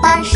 巴士。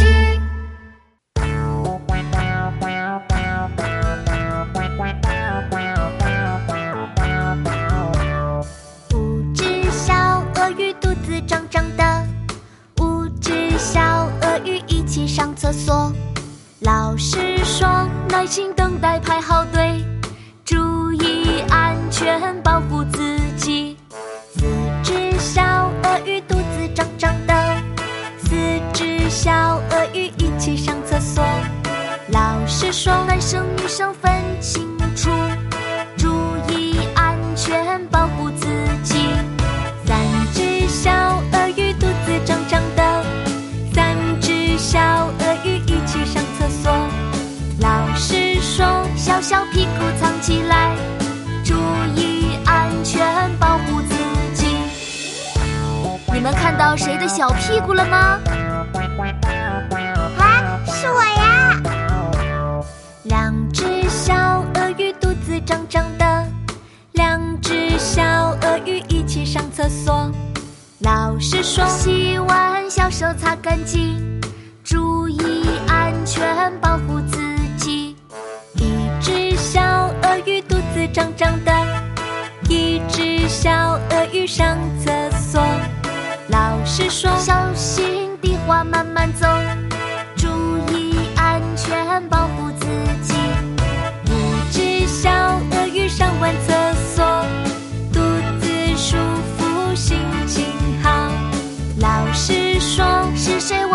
五只小鳄鱼肚子胀胀的，五只小鳄鱼一起上厕所。老师说耐心等待排好队，注意安全保护自己。四只小鳄鱼肚子胀胀的，四只小鳄鱼一起上厕所。老师说男生女生分清楚，注意安全保护自己。三只小鳄鱼肚子胀胀的，三只小鳄鱼一起上厕所。老师说小小屁股藏起来，注意安全保护自己。你们看到谁的小屁股了吗？ 啊，是我呀！ 两只小鳄鱼肚子胀胀的，两只小鳄鱼一起上厕所。老师说洗完小手擦干净，注意安全保护自己。一只小鳄鱼肚子胀胀的，一只小鳄鱼上厕所。老师说小心地滑慢慢走，注意安全保护自己。五只小鳄鱼上完厕所，肚子舒服心情好。老师说是谁